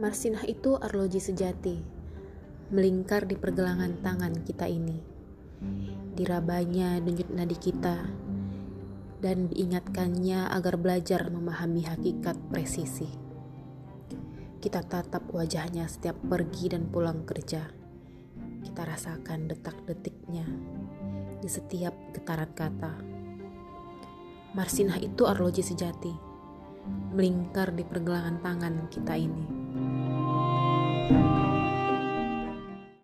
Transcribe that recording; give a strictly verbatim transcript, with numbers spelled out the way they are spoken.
Marsinah itu arloji sejati, melingkar di pergelangan tangan kita ini. Dirabanya denyut nadi kita, dan diingatkannya agar belajar memahami hakikat presisi. Kita tatap wajahnya setiap pergi dan pulang kerja. Kita rasakan detak-detiknya di setiap getaran kata. Marsinah itu arloji sejati, melingkar di pergelangan tangan kita ini.